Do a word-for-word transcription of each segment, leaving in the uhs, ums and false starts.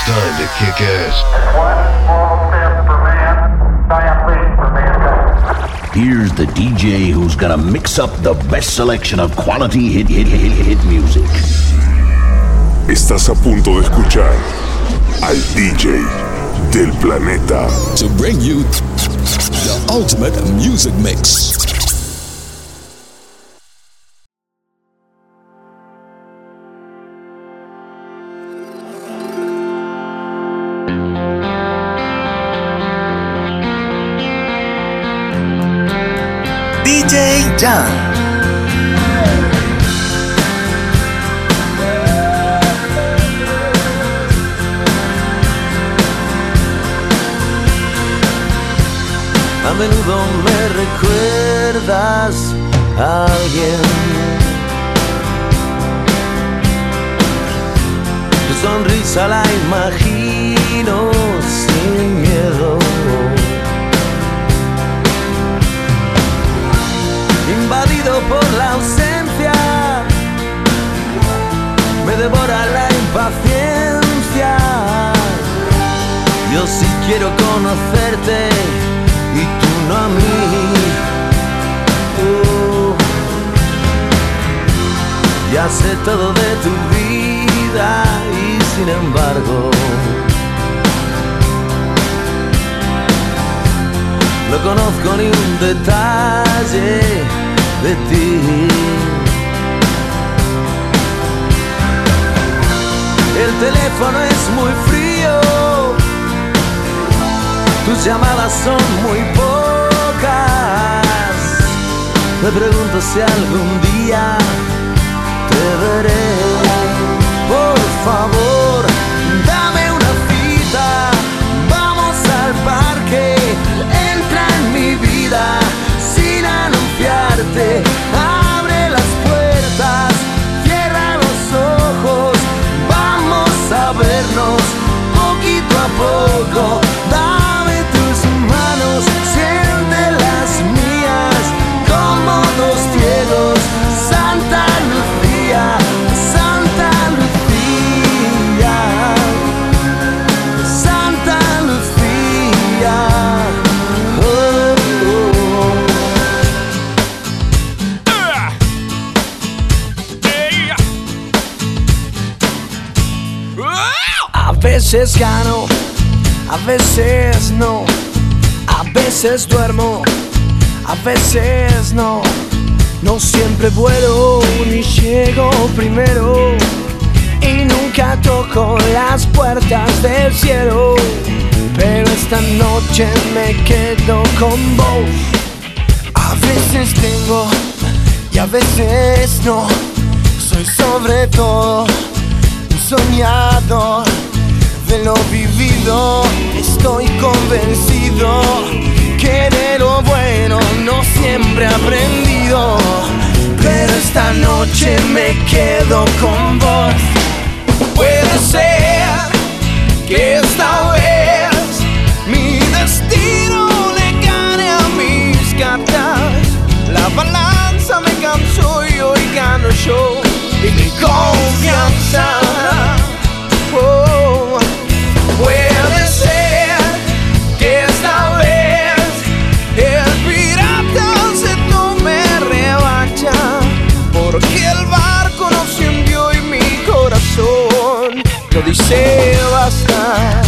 time to kick ass. One small step for man, giant leap for mankind. Here's the D J who's gonna mix up the best selection of quality hit, hit, hit, hit music. Estás a punto de escuchar al D J del planeta. To bring you the ultimate music mix. D J Jan. A menudo me recuerdas a alguien. Tu sonrisa la imagino sin miedo. Invadido por la ausencia, me devora la impaciencia. Yo sí quiero conocerte y tú no a mí. Uh, ya sé todo de tu vida y sin embargo no conozco ni un detalle de ti. El teléfono es muy frío, tus llamadas son muy pocas. Me pregunto si algún día te veré. Por favor, dame una cita, vamos al parque. Entra en mi vida sin anunciarte. Abre las puertas, cierra los ojos. Vamos a vernos poquito a poco. Dame tus manos, siente las mías como dos ciegos. Santa Lucía, Santa Lucía, Santa Lucía. A veces gano, a veces no, a veces duermo, a veces no. No siempre vuelo ni llego primero y nunca toco las puertas del cielo. Pero esta noche me quedo con vos. A veces tengo y a veces no. Soy sobre todo un soñador de lo vivido. Estoy convencido que de lo bueno no siempre he aprendido. Pero esta noche me quedo con vos. Puede ser que esta vez mi destino le gane a mis cartas. La balanza me cansó y hoy gano yo. Y mi confianza. Oh, puede ser que esta vez el pirata se tome revancha, porque el barco no se hundió y mi corazón no dice basta.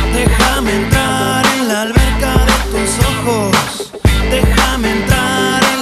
Déjame entrar en la alberca de tus ojos. Déjame entrar en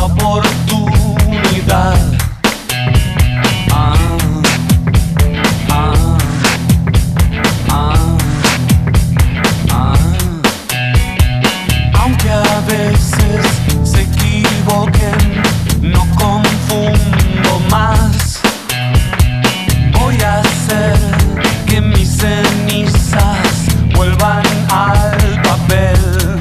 oportunidad. Ah, ah, ah, ah. Aunque a veces se equivoquen, no confundo más. Voy a hacer que mis cenizas vuelvan al papel.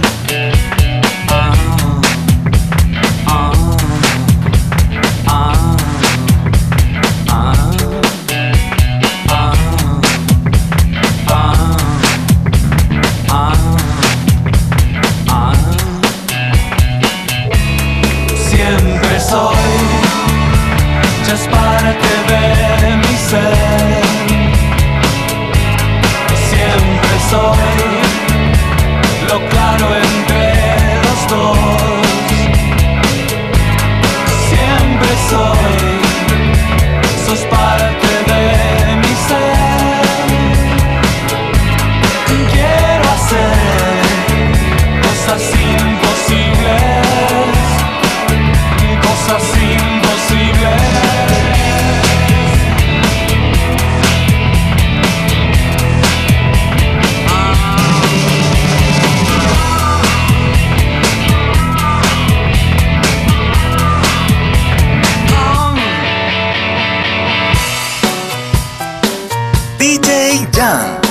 D J Jan.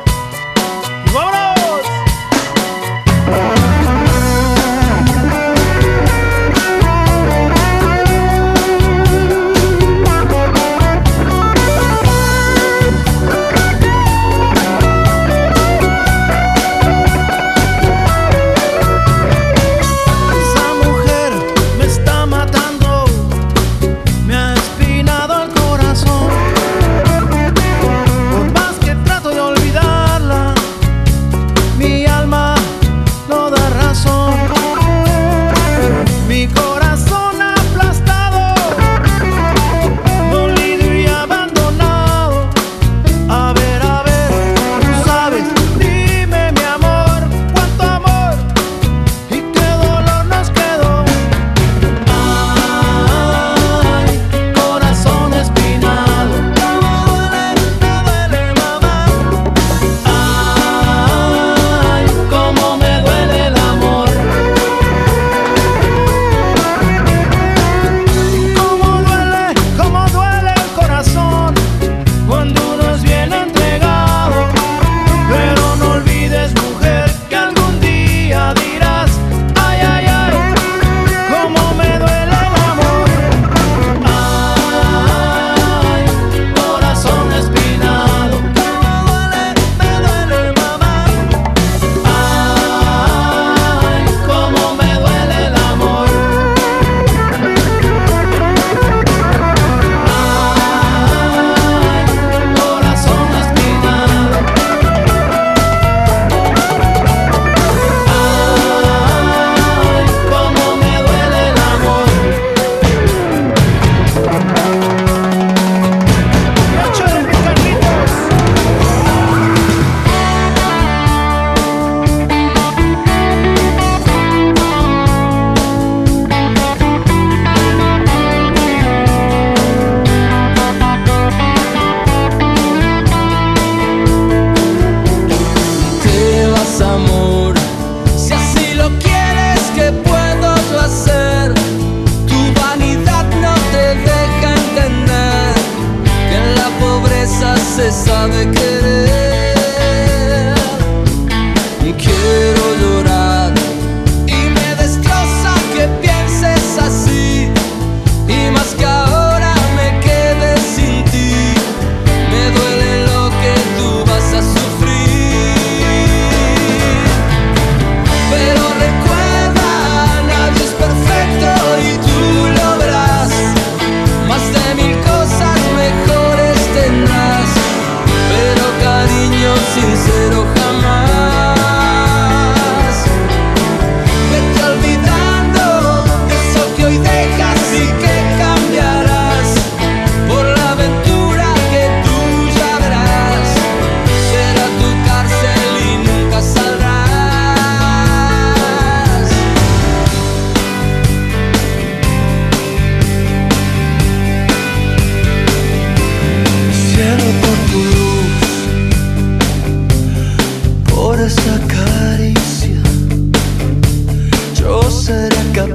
Se sabe querer y quiero llorar y me destroza que pienses así y más que ahora me quede sin ti. Me duele lo que tú vas a sufrir, pero recuerda, nadie es perfecto y tú lo verás. Más de mil cosas mejores tendrás. Pero cariño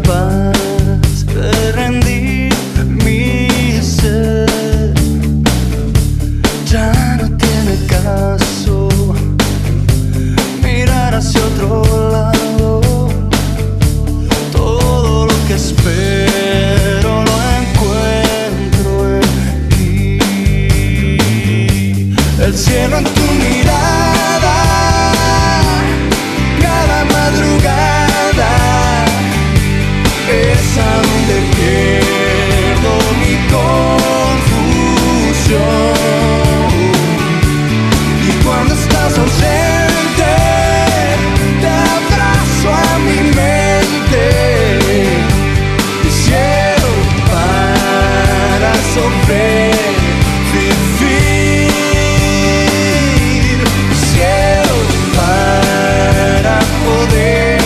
capaz de rendir mi ser. Ya no tiene caso mirar hacia otro lado. Todo lo que espero lo encuentro aquí. El cielo en tu mirada, cada madrugada es a donde pierdo mi confusión. Y cuando estás ausente, te abrazo a mi mente. Y cielo para sobrevivir, cielo para poder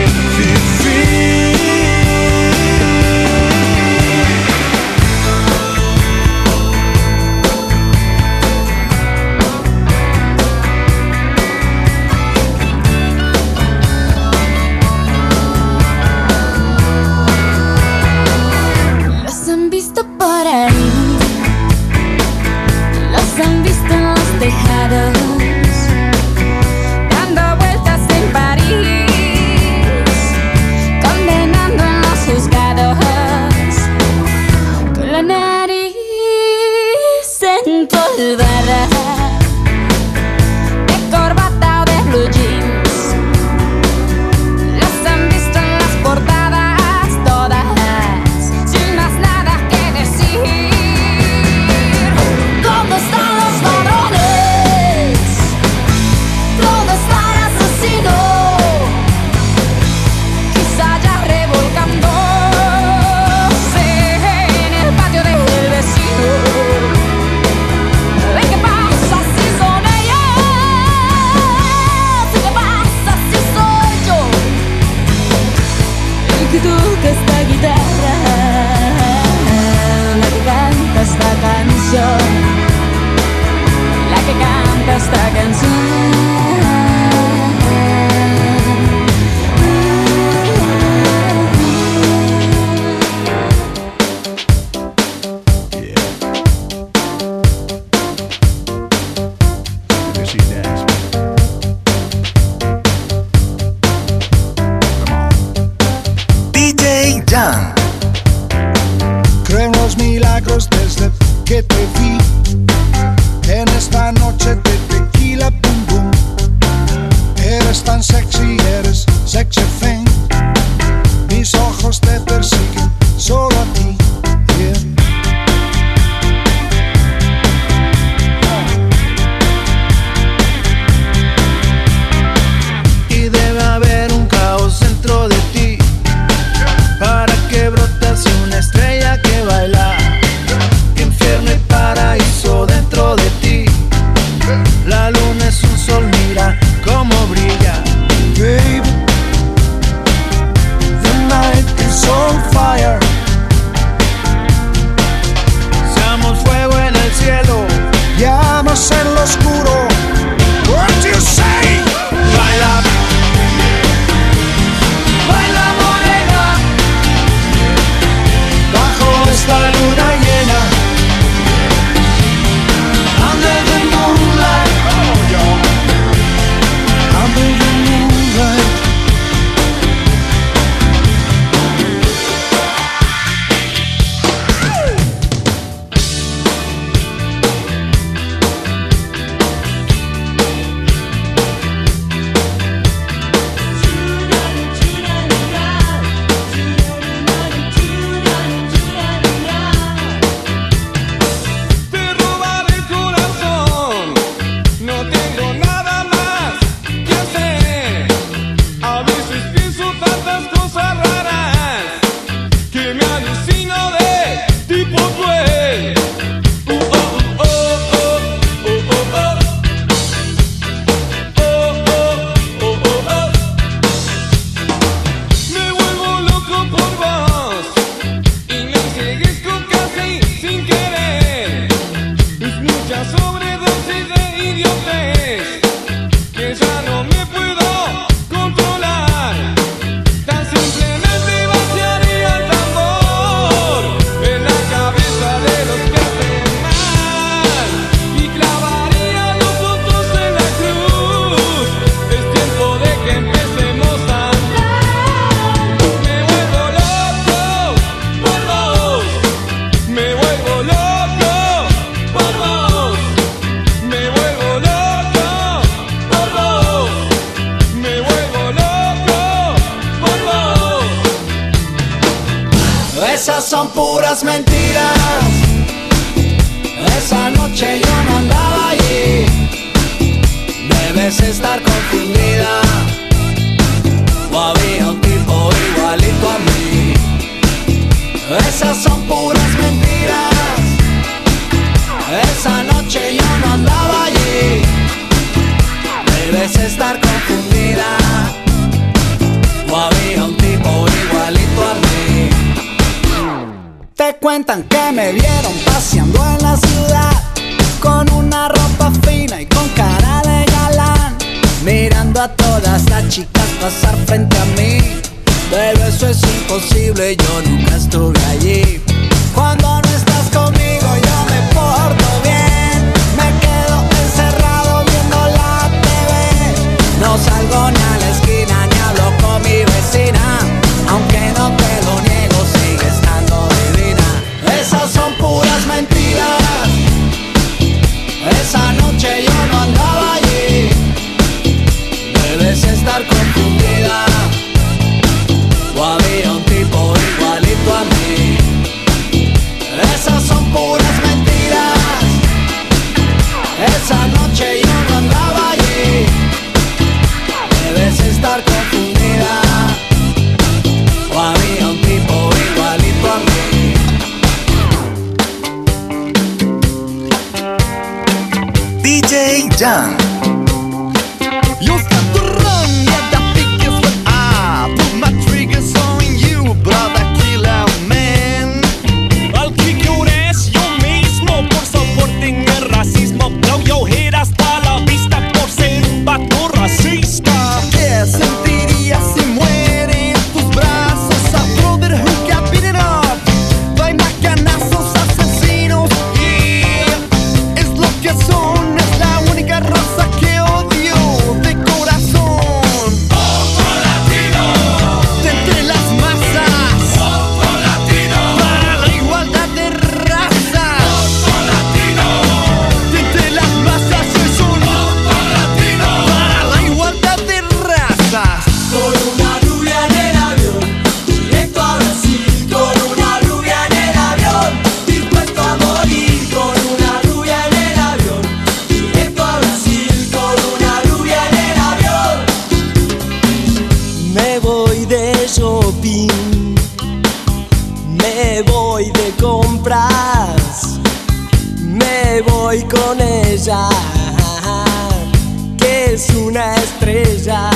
Los han visto por ahí, los han visto en los tejados, dando vueltas en París, condenando en los juzgados, con la nariz empolvada, de corbata o de blue jeans. Los han visto en las portadas todas, sin más nada que decir. ¿Dónde están los ladrones? ¿Dónde está el asesino? Quizá ya revolcándose en el patio del vecino. ¿Qué pasa si son ellos? ¿Qué pasa si soy yo el que toca esta guitarra, la que canta esta canción, la que canta esta canción? D J Jan. Creo en los milagros desde que te vi. En esta noche de tequila, boom boom. Eres tan sexy, eres sexy thing. Mis ojos te persiguen solo a ti. Yeah. Y debe haber un caos dentro de ti para que brotase una estrella que baila. Infierno y paraíso dentro de ti. La luna es un sol, mira cómo brilla. Baby, the night is on fire. Seamos fuego en el cielo, llamas en lo oscuro. What do you say? Baila, baila morena, bajo esta luna llena. Under the moonlight, under the moonlight. Tan simplemente vaciar Esas son puras mentiras. Esa noche yo no andaba allí. Debes estar confundida. O había un tipo igualito a mí. Esas son puras mentiras. Esa noche yo no andaba allí. Debes estar confundida. O había un tipo igualito a mí. Te cuentan que me vieron paseando en la ciudad con una ropa fina y con cara de galán, mirando a todas las chicas pasar frente a mí. Pero eso es imposible, yo nunca estuve allí. Cuando no estás conmigo yo me porto bien. Me quedo encerrado viendo la T V. No salgo ni a la esquina ni hablo con mi vecina. Aunque no te lo niego, sigue estando divina. Esas son puras mentiras. Esa noche yo no andaba allí. Debes estar confundida. O había un tipo igualito a mí. Esas son puras mentiras. Esa noche yo no andaba allí. Debes estar confundida. O había un tipo igualito a mí. D J Jan. You start to run, yeah, the pick is what I put my triggers on you, brother killer man. Al que llores yo mismo por soporte en el racismo. Blow your head hasta la vista por ser un vato racista. ¿Qué sentirías si muere en tus brazos? A brother who got beaten up by macanazos asesinos. Yeah, es lo que son, es la única raza que odio de corazón. Otro latino de entre las masas. Otro latino para la igualdad de razas. Otro latino de entre las masas. Es un otro latino para la igualdad de razas. Con una rubia en el avión, directo a Brasil. Con una rubia en el avión, dispuesto a morir. Con una rubia en el avión, directo a Brasil. Con una rubia en el avión. Me voy de shopping, me voy de compras, me voy con ella, que es una estrella.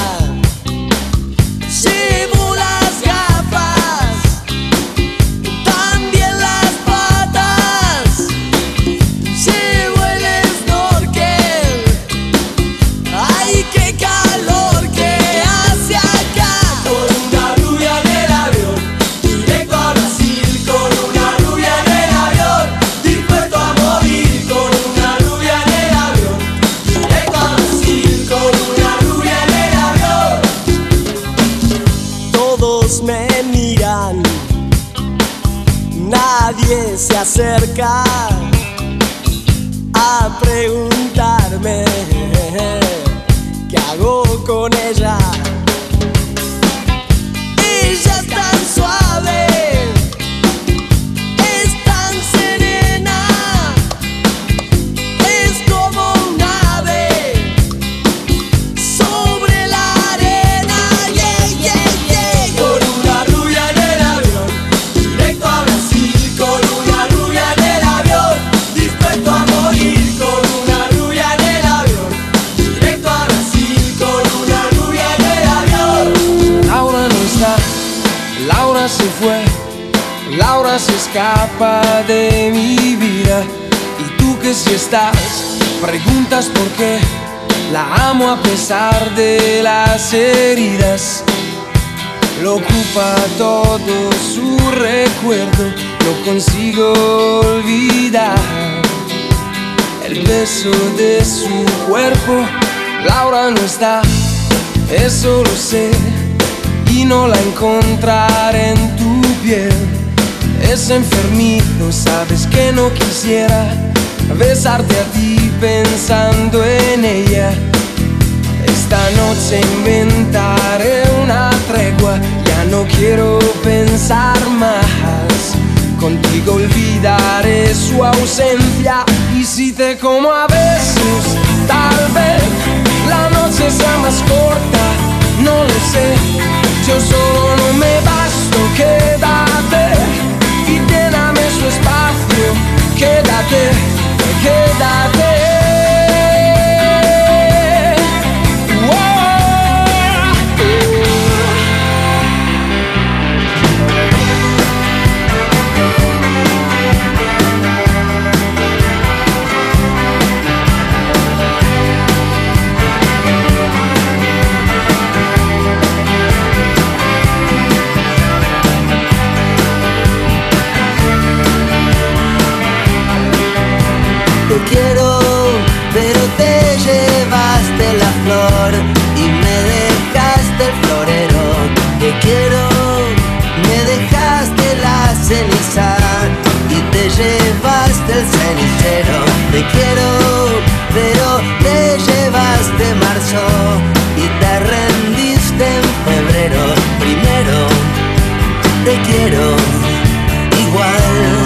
Llevo las gafas, también las patas, llevo el snorkel. ¡Ay, qué calor que hace acá! Con una rubia en el avión, directo a Brasil. Con una rubia en el avión, dispuesto a morir. Con una rubia en el avión, directo a Brasil. Con una rubia en el avión. Todos me miran, nadie se acerca a preguntarme qué hago con ella. Ella es tan suave, es tan serena, es como un ave sobre la arena. Yeah, yeah, yeah. Con una rubia en el avión, directo a Brasil. Con una rubia en el avión, dispuesto a morir. Con una rubia en el avión, directo a Brasil. Con una rubia en el avión. Laura no está, Laura se fue, Laura se escapa de mi vida. Y tú que si estás, preguntas por qué la amo a pesar de las heridas. Lo ocupa todo su recuerdo, no consigo olvidar el beso de su cuerpo. Laura no está, eso lo sé, y no la encontraré en tu piel. Es enfermito, sabes que no quisiera besarte a ti pensando en ella. Esta noche inventaré una tregua, ya no quiero pensar más. decirte como a veces, tal vez la noche sea más corta, no lo sé. Yo solo no me basto, quédate y lléname su espacio. Quédate, quédate. Te quiero, pero te llevaste la flor y me dejaste el florero. Te quiero, me dejaste la ceniza y te llevaste el cenicero. Te quiero, pero te llevaste marzo y te rendiste en febrero. Primero, te quiero igual.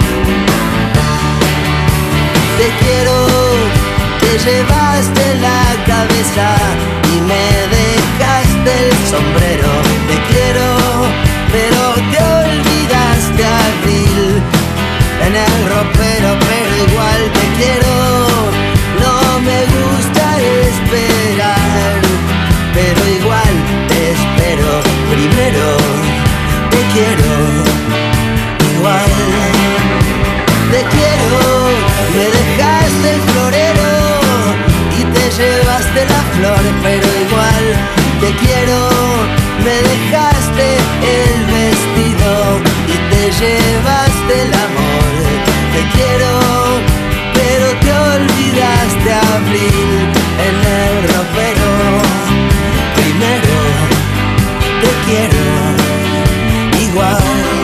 Te quiero, te llevaste la cabeza y me dejaste el sombrero. Te quiero, pero te olvidaste abril en el ropero, pero igual te quiero. No me gusta esperar, pero igual te espero. Primero, te quiero igual. Te quiero, me dejaste el florero y te llevaste la flor, pero igual te quiero. Me dejaste el vestido y te llevaste el amor. Te quiero, pero te olvidaste abril en el ropero. Primero, te quiero igual.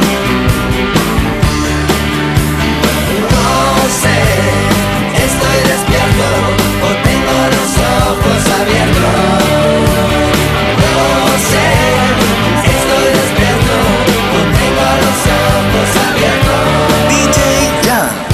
Estoy despierto o tengo los ojos abiertos. No sé, estoy despierto o tengo los ojos abiertos. D J Jan.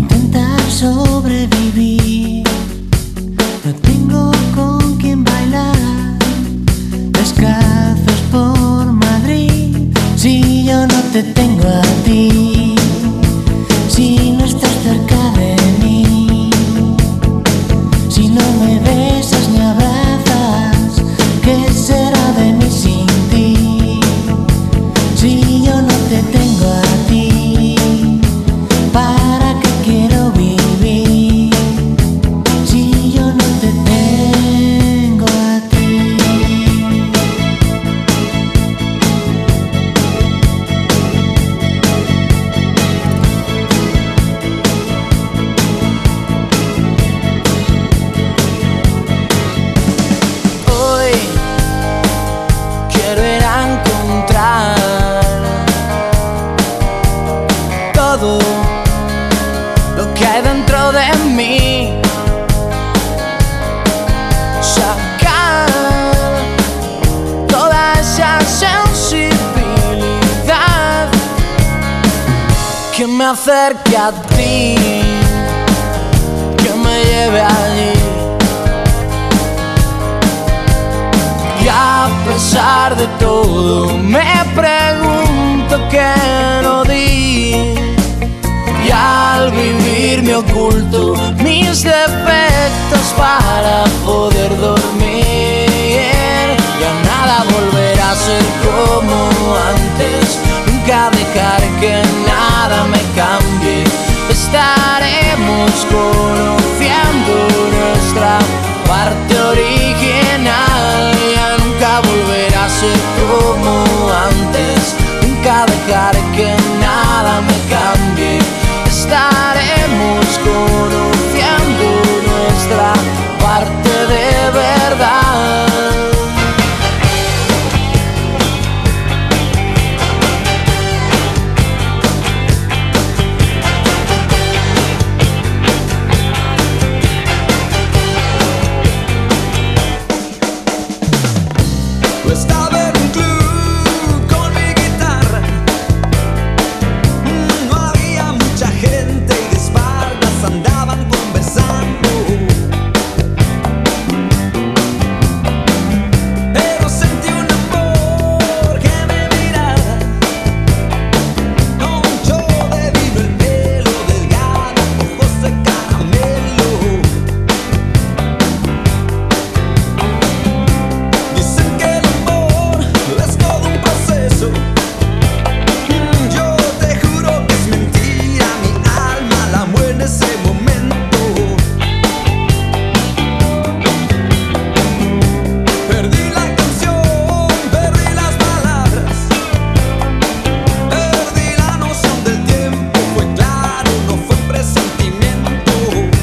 sobrevivir. No tengo con quién bailar. de mí, sacar toda esa sensibilidad que me acerque a ti, que me lleve allí. Y a pesar de todo me pregunto qué no di, y al vivir me oculto mis defectos para poder dormir. Ya nada volverá a ser como antes, nunca dejar que nada me cambie. Estaremos conociendo nuestra parte original. Ya nunca volverá a ser como antes, nunca dejar que nada me cambie. Estaremos conociendo nuestra parte de verdad. Estaba en un club con mi guitarra, no había mucha gente y de espaldas andaban conversando. Pero sentí un amor que me miraba, con un chorro de vino, el pelo delgado, ojos de caramelo. Dicen que el amor es todo un proceso. Yo te juro que es mentira, mi alma la amó en ese momento. Perdí la canción, perdí las palabras, perdí la noción del tiempo. Fue claro, no fue un presentimiento.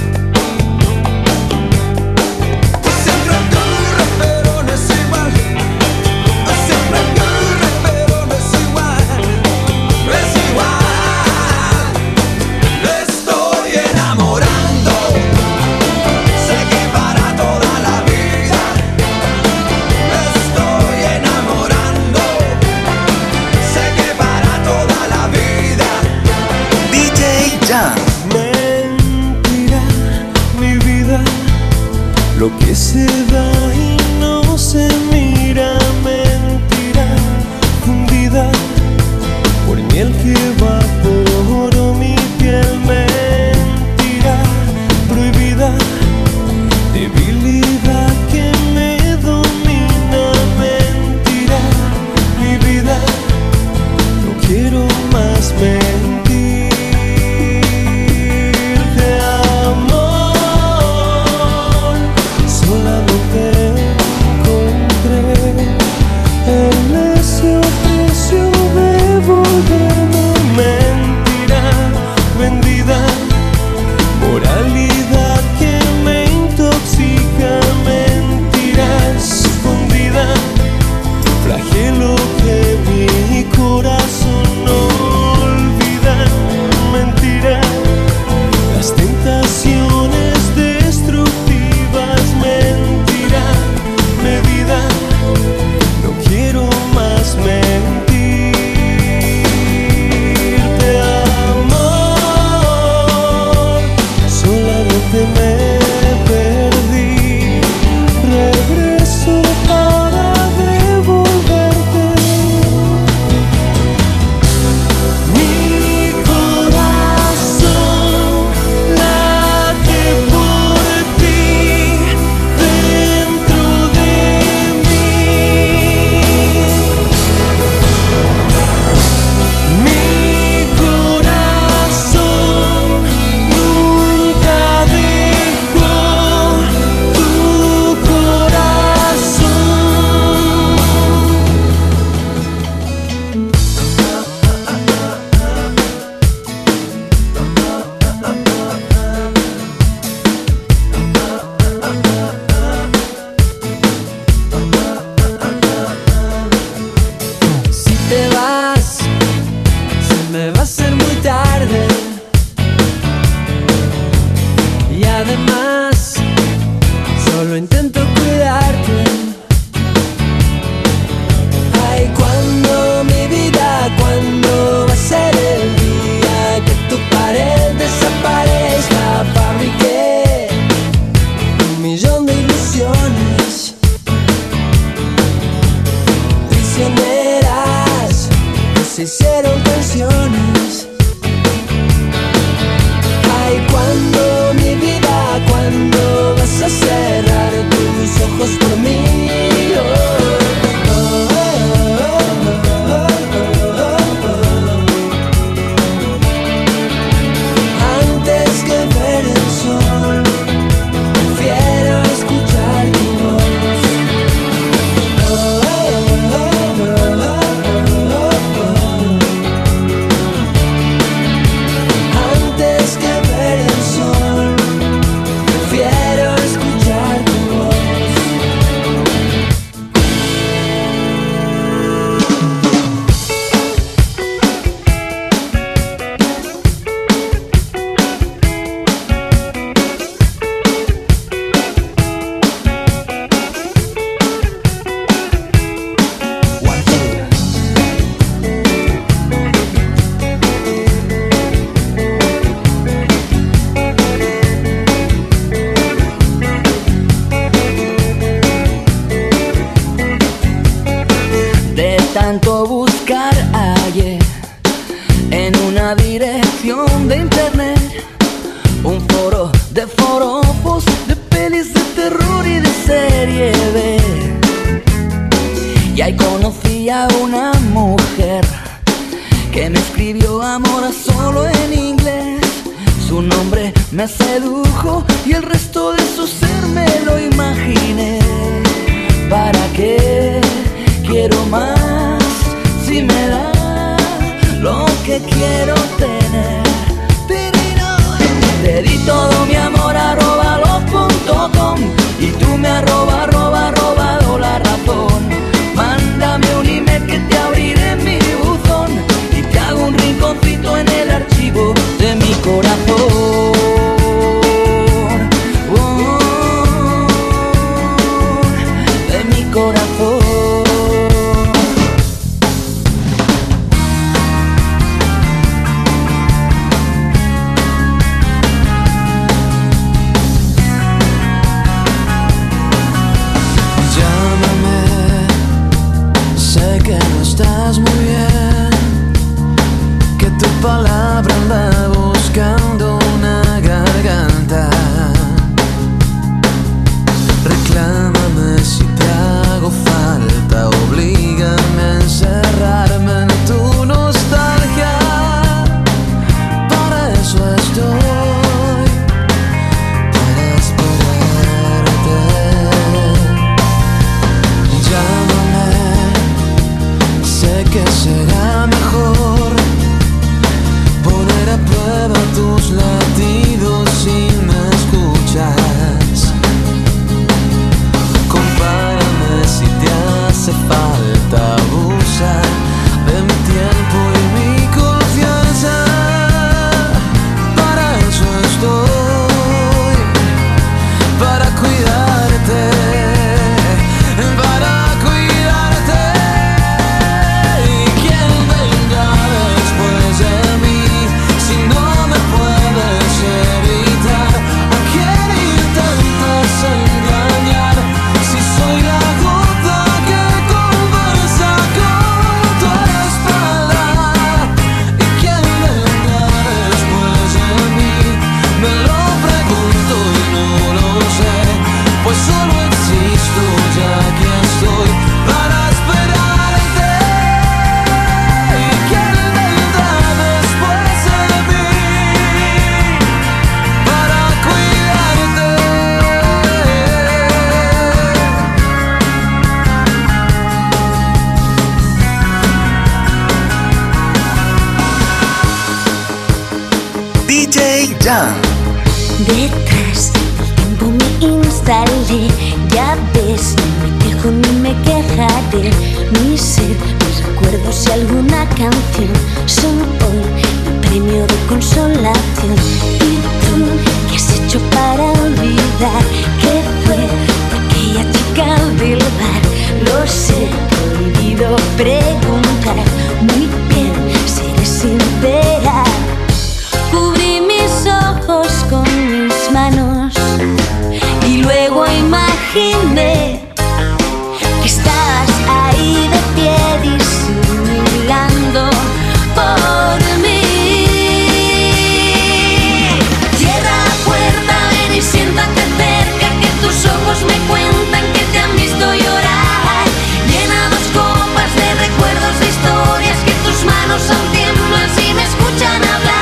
Siempre ocurre, pero no es igual. Siempre ocurre, pero no es igual. No es igual. Me estoy enamorando. Sé que para toda la vida. Me estoy enamorando. Sé que para toda la vida. D J Jan. Mentira, mi vida, lo que se da y no se mira. Mentira, fundida por miel que evaporó mi piel. Mentira, prohibida, debilidad que me domina. Mentira, mi vida, no quiero más mentir. De amor solamente tanto buscar hallé en una dirección de internet un foro de forofos, de pelis de terror y de serie B. Y ahí conocí a una mujer que me escribió amor a solo en inglés. Su nombre me sedujo y el resto de su ser me lo imaginé. ¿Para qué quiero más si me da lo que quiero tener? Te di todo mi amor arroba lo punto com y tú me arroba arroba robado la razón. Mándame un email que te abriré mi buzón y te hago un rinconcito en el archivo de mi corazón. Oh, de mi corazón. Estás muy bien, que tu palabra anda buscando una garganta. Reclámame si te hago falta, oblígame a encerrarme en tu nostalgia. Para eso estoy, para esperarte. Llámame, sé que será mejor poner a prueba tus latidos si me escuchas. Compárame si te hace falta, abusa de mi tiempo y mi confianza. Para eso estoy, para cuidarte, para cuidarte. Pues solo existo, ya que estoy para esperarte. ¿Y quién vendrá después de mí para cuidarte? D J Jan. Detrás del tiempo me instalé, ya ves, no me quejo ni me quejaré. Mi ser, mis recuerdos y alguna canción son hoy mi premio de consolación. ¿Y tú qué has hecho para olvidar que fue aquella chica del bar? Lo sé, prohibido preguntar, muy bien, seré sincera. Cubrí mis ojos con mis manos y luego imaginé que estabas ahí de pie disimulando por mí. Cierra la puerta, ven y siéntate cerca, que tus ojos me cuentan que te han visto llorar. Llena dos copas de recuerdos, de historias, que tus manos aún tiemblan si me escuchan hablar.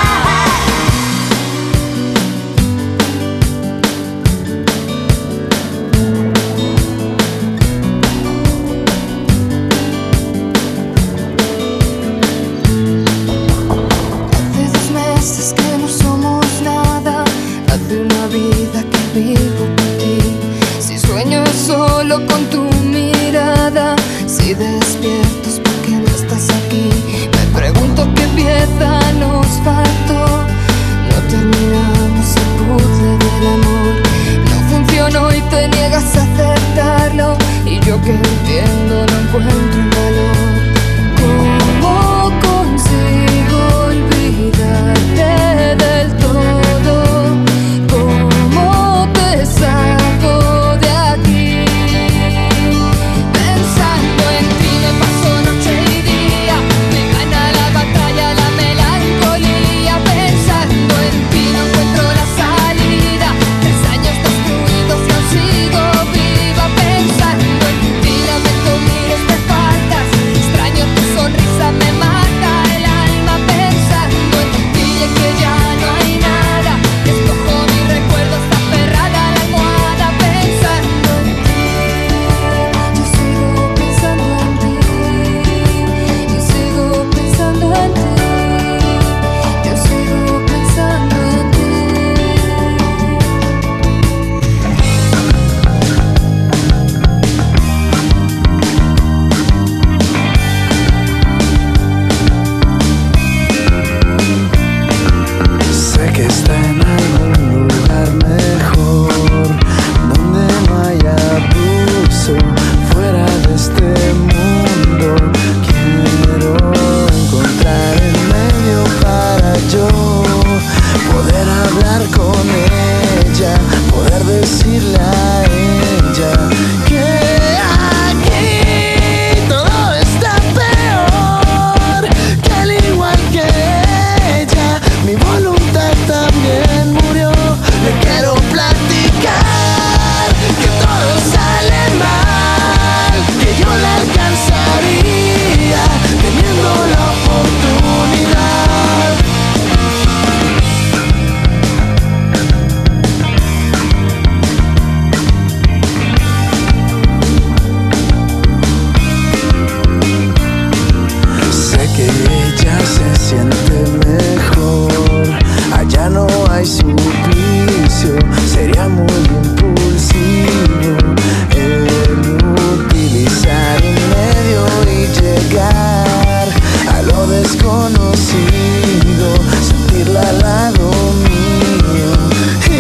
Con tu mirada, si despiertas porque no estás aquí, me pregunto qué pieza nos faltó. No terminamos el puzzle del amor, no funcionó y te niegas a aceptarlo, y yo que entiendo no encuentro un valor. ¿Cómo consigo olvidarte del todo? ¿Cómo te saco de aquí? Pensando en ti me paso noche y decirle a ella que aquí todo está peor, que al igual que ella, mi voluntad también murió. Le quiero platicar que todo sale mal, que yo la alcanzaría teniendo la oportunidad. Sé que ella se siente mejor, allá no hay suplicio, sería muy impulsivo el utilizar un medio y llegar a lo desconocido, sentirla al lado mío y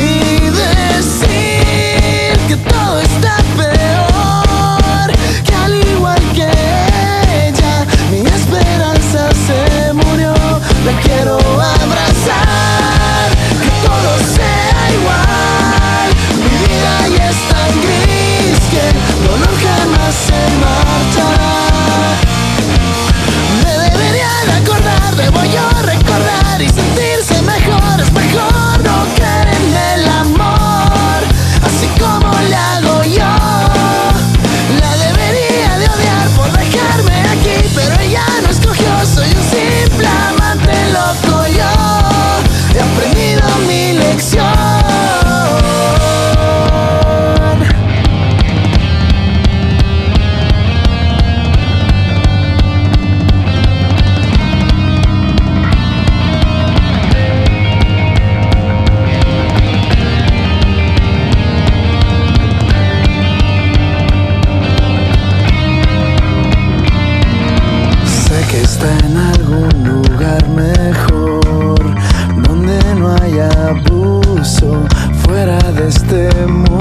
decir que todo está peor, que al igual que ella, mi esperanza se murió. La quiero abrazar, que todo sea igual. Mi vida ya es tan gris que el dolor jamás se marchará. Me deberían acordar, debo yo recordar y sentirse mejor. Es mejor no creer en el amor, así como le hago yo. La debería de odiar por dejarme aquí, pero ella no escogió. Soy un simple amante loco yo. He aprendido mi lección. Sé que está en algún lugar mejor, donde no haya abuso, fuera de este mundo.